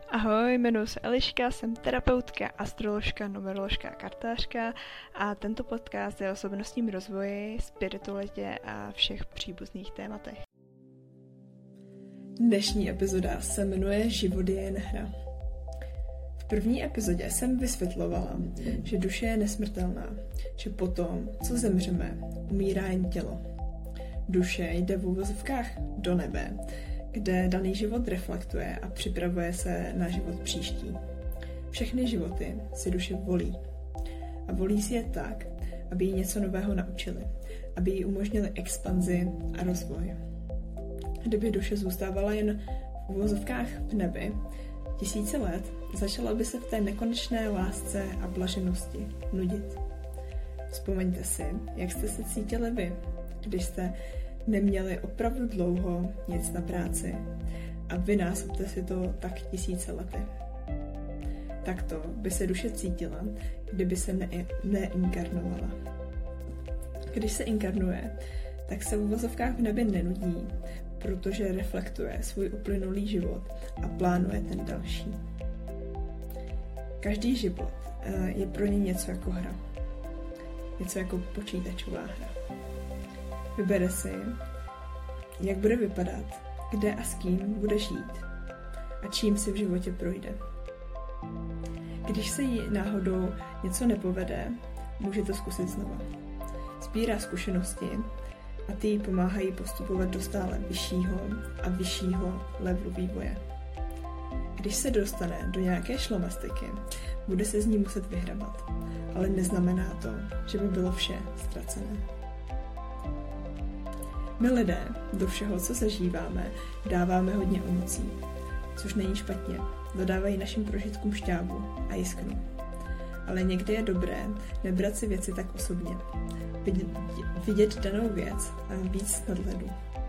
Ahoj, jmenuji se Eliška, jsem terapeutka, astroložka, numeroložka a kartářka a tento podcast je o osobnostním rozvoji, spiritualitě a všech příbuzných tématech. Dnešní epizoda se jmenuje Život je jen hra. V první epizodě jsem vysvětlovala, že duše je nesmrtelná, že potom, co zemřeme, umírá jen tělo. Duše jde v uvozovkách do nebe, kde daný život reflektuje a připravuje se na život příští. Všechny životy si duše volí. A volí si je tak, aby jí něco nového naučili, aby jí umožnili expanzi a rozvoj. Kdyby duše zůstávala jen v uvozovkách v nebi, tisíce let, začala by se v té nekonečné lásce a blaženosti nudit. Vzpomeňte si, jak jste se cítili vy, když jste neměli opravdu dlouho nic na práci a vynásobte si to tak tisíce lety. Takto by se duše cítila, kdyby se neinkarnovala. Když se inkarnuje, tak se v uvozovkách v nebi nenudí, protože reflektuje svůj uplynulý život a plánuje ten další. Každý život je pro ně něco jako hra. Něco jako počítačová hra. Vybere si, jak bude vypadat, kde a s kým bude žít a čím si v životě projde. Když se jí náhodou něco nepovede, může to zkusit znova. Sbírá zkušenosti a ty jí pomáhají postupovat do stále vyššího a vyššího levelu vývoje. Když se dostane do nějaké šlamastyky, bude se z ní muset vyhrabat, ale neznamená to, že by bylo vše ztracené. My lidé do všeho, co zažíváme, dáváme hodně emocí, což není špatně, dodávají našim prožitkům šťávu a jiskru. Ale někdy je dobré nebrat si věci tak osobně, vidět danou věc a víc z nadhledu.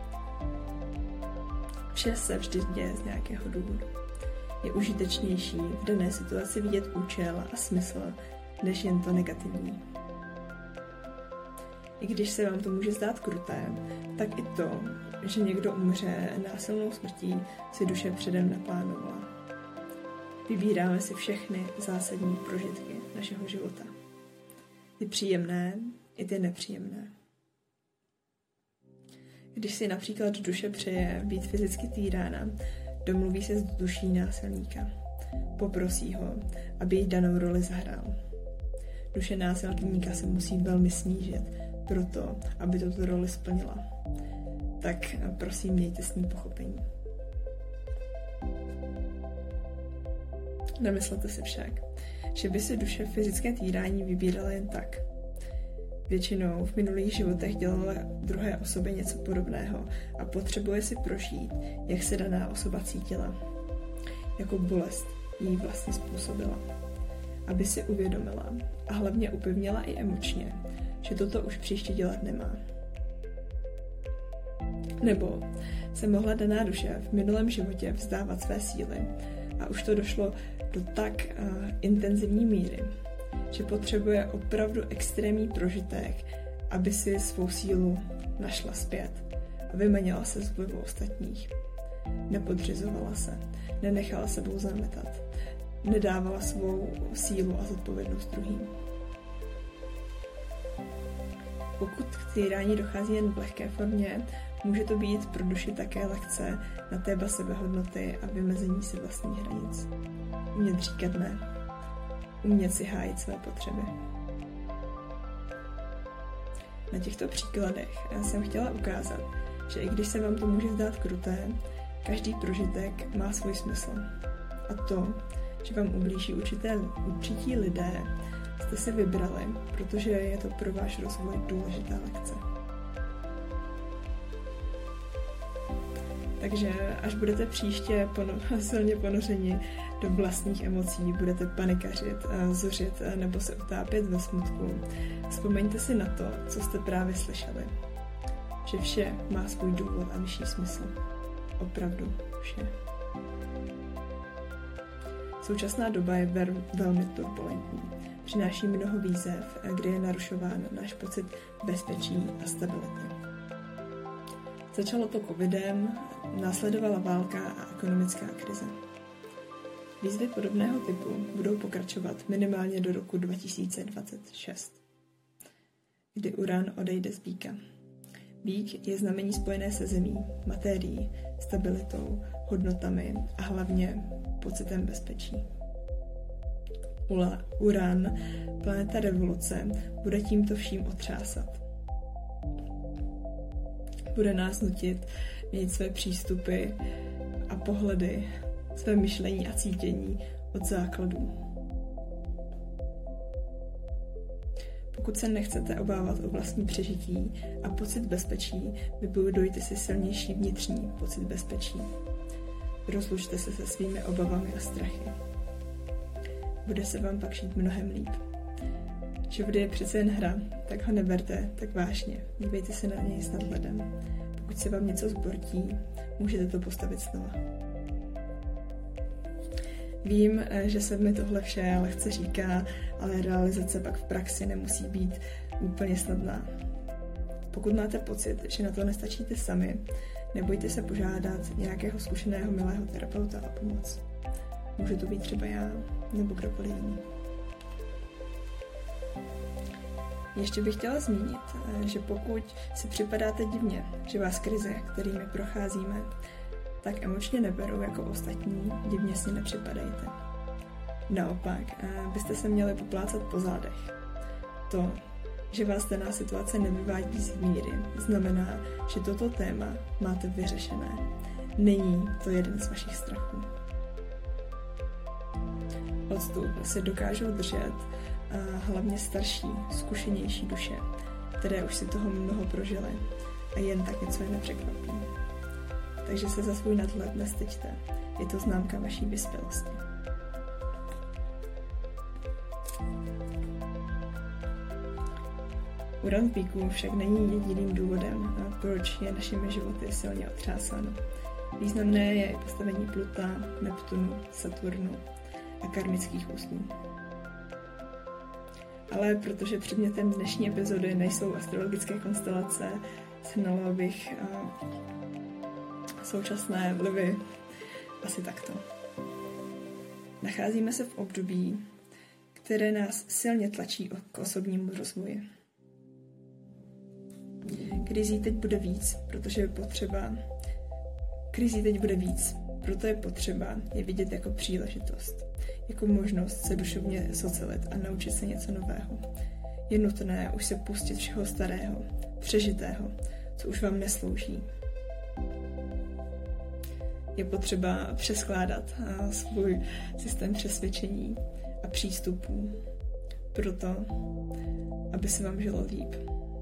Vše se vždy děje z nějakého důvodu. Je užitečnější v dané situaci vidět účel a smysl, než jen to negativní. I když se vám to může zdát kruté, tak i to, že někdo umře násilnou smrtí, si duše předem naplánovala. Vybíráme si všechny zásadní prožitky našeho života. Ty příjemné i ty nepříjemné. Když si například duše přeje být fyzicky týrána, domluví se s duší násilníka. Poprosí ho, aby jí danou roli zahrál. Duše násilníka se musí velmi snížit, proto, aby tuto roli splnila. Tak prosím, mějte s ní pochopení. Nemyslete si však, že by si duše fyzické týrání vybírala jen tak. Většinou v minulých životech dělala druhé osobě něco podobného a potřebuje si prožít, jak se daná osoba cítila. Jako bolest jí vlastně způsobila. Aby si uvědomila a hlavně upevnila i emočně, že toto už příště dělat nemá. Nebo se mohla daná duše v minulém životě vzdávat své síly a už to došlo do tak intenzivní míry, že potřebuje opravdu extrémní prožitek, aby si svou sílu našla zpět a vymanila se z vlivu ostatních. Nepodřizovala se, nenechala sebou zametat, nedávala svou sílu a zodpovědnost druhým. Pokud k týrání dochází jen v lehké formě, může to být pro duši také lekce na téma sebehodnoty a vymezení si vlastních hranic. Umět říkat ne. Umět si hájit své potřeby. Na těchto příkladech jsem chtěla ukázat, že i když se vám to může zdát kruté, každý prožitek má svůj smysl. A to, že vám ublíží určití lidé, jste si vybrali, protože je to pro váš rozvoj důležitá lekce. Takže až budete příště silně ponořeni do vlastních emocí, budete panikařit, zuřit nebo se utápět ve smutku, vzpomeňte si na to, co jste právě slyšeli. Že vše má svůj důvod a vyšší smysl. Opravdu vše. Současná doba je velmi turbulentní. Přináší mnoho výzev, kde je narušován náš pocit bezpečí a stability. Začalo to covidem, následovala válka a ekonomická krize. Výzvy podobného typu budou pokračovat minimálně do roku 2026, kdy Uran odejde z Býka. Býk je znamení spojené se zemí, materií, stabilitou, hodnotami a hlavně pocitem bezpečí. Uran, planeta revoluce, bude tímto vším otřásat. Bude nás nutit měnit své přístupy a pohledy, své myšlení a cítění od základů. Pokud se nechcete obávat o vlastní přežití a pocit bezpečí, vybudujte si silnější vnitřní pocit bezpečí. Rozlučte se se svými obavami a strachy. Bude se vám pak žít mnohem líp. Život je přece jen hra, tak ho neberte tak vážně. Dívejte se na něj s nadhledem. Pokud se vám něco zbortí, můžete to postavit znova. Vím, že se mi tohle vše lehce říká, ale realizace pak v praxi nemusí být úplně snadná. Pokud máte pocit, že na to nestačíte sami, nebojte se požádat nějakého zkušeného milého terapeuta o pomoc. Může to být třeba já nebo kdokoliv jiný. Ještě bych chtěla zmínit, že pokud si připadáte divně, že vás krize, kterými procházíme, tak emočně neberou jako ostatní, divně si nepřipadejte. Naopak, byste se měli poplácat po zádech. To, že vás daná situace nevyvádí z míry, znamená, že toto téma máte vyřešené. Není to jeden z vašich strachů. Odstup se dokážou držet hlavně starší, zkušenější duše, které už si toho mnoho prožily a jen tak něco je nepřekvapí. Takže se za svůj nadhled nestyďte. Je to známka vaší vyspělosti. Uran v Býku však není jediným důvodem, proč je našimi životy silně otřásáno. Významné je postavení Pluta, Neptunu, Saturnu a karmických ústů. Ale protože předmětem dnešní epizody nejsou astrologické konstelace, shrnula bych současné vlivy asi takto. Nacházíme se v období, které nás silně tlačí k osobnímu rozvoji. Krizí teď bude víc, proto je potřeba je vidět jako příležitost, jako možnost se duševně zocelit a naučit se něco nového. Je nutné už se pustit všeho starého, přežitého, co už vám neslouží. Je potřeba přeskládat svůj systém přesvědčení a přístupů proto, aby se vám žilo líp.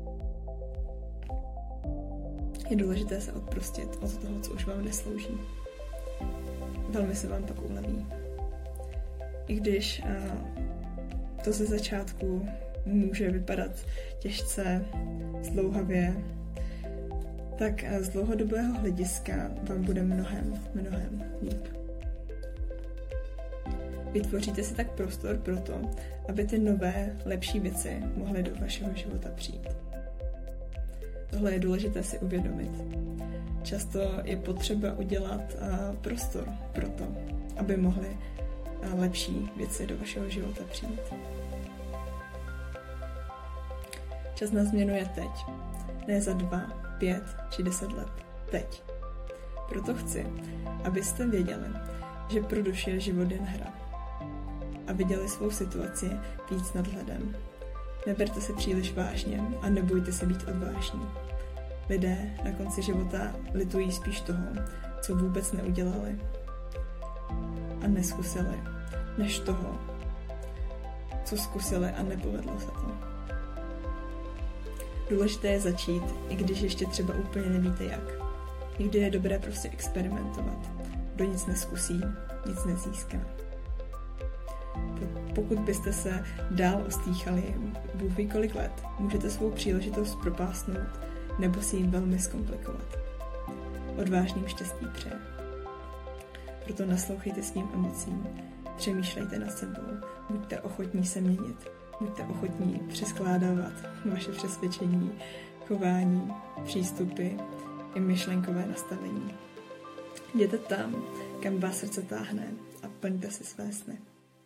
Je důležité se odprostit od toho, co už vám neslouží. Velmi se vám pak uleví. I když to ze začátku může vypadat těžce, zdlouhavě, tak z dlouhodobého hlediska vám bude mnohem líp. Vytvoříte si tak prostor pro to, aby ty nové, lepší věci mohly do vašeho života přijít. Tohle je důležité si uvědomit. Často je potřeba udělat prostor pro to, aby mohly lepší věci do vašeho života přijít. Čas na změnu je teď. Ne za 2, 5 či 10 let. Teď. Proto chci, abyste věděli, že pro duši je život jen hra. A viděli svou situaci víc nadhledem. Neberte se příliš vážně a nebojte se být odvážní. Lidé na konci života litují spíš toho, co vůbec neudělali a neskusili, než toho, co zkusili a nepovedlo se to. Důležité je začít, i když ještě třeba úplně nevíte jak. Někdy je dobré prostě experimentovat. Kdo nic neskusí, nic nezíská. Pokud byste se dál ostýchali Bůh ví kolik let, můžete svou příležitost propásnout nebo si ji velmi zkomplikovat. Odvážným štěstí přeje. Proto naslouchejte svým emocím, přemýšlejte nad sebou, buďte ochotní se měnit, buďte ochotní přeskládávat vaše přesvědčení, chování, přístupy i myšlenkové nastavení. Jděte tam, kam vás srdce táhne a plňte si své sny.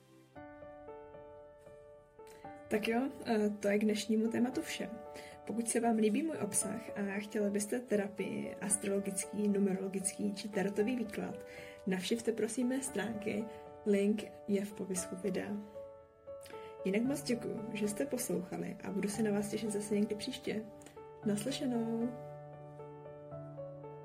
Tak jo, to je k dnešnímu tématu vše. Pokud se vám líbí můj obsah a chtěli byste terapii, astrologický, numerologický či tarotový výklad, navštivte prosím mé stránky, link je v popisku videa. Jinak moc děkuju, že jste poslouchali a budu se na vás těšit zase někdy příště. Naslyšenou!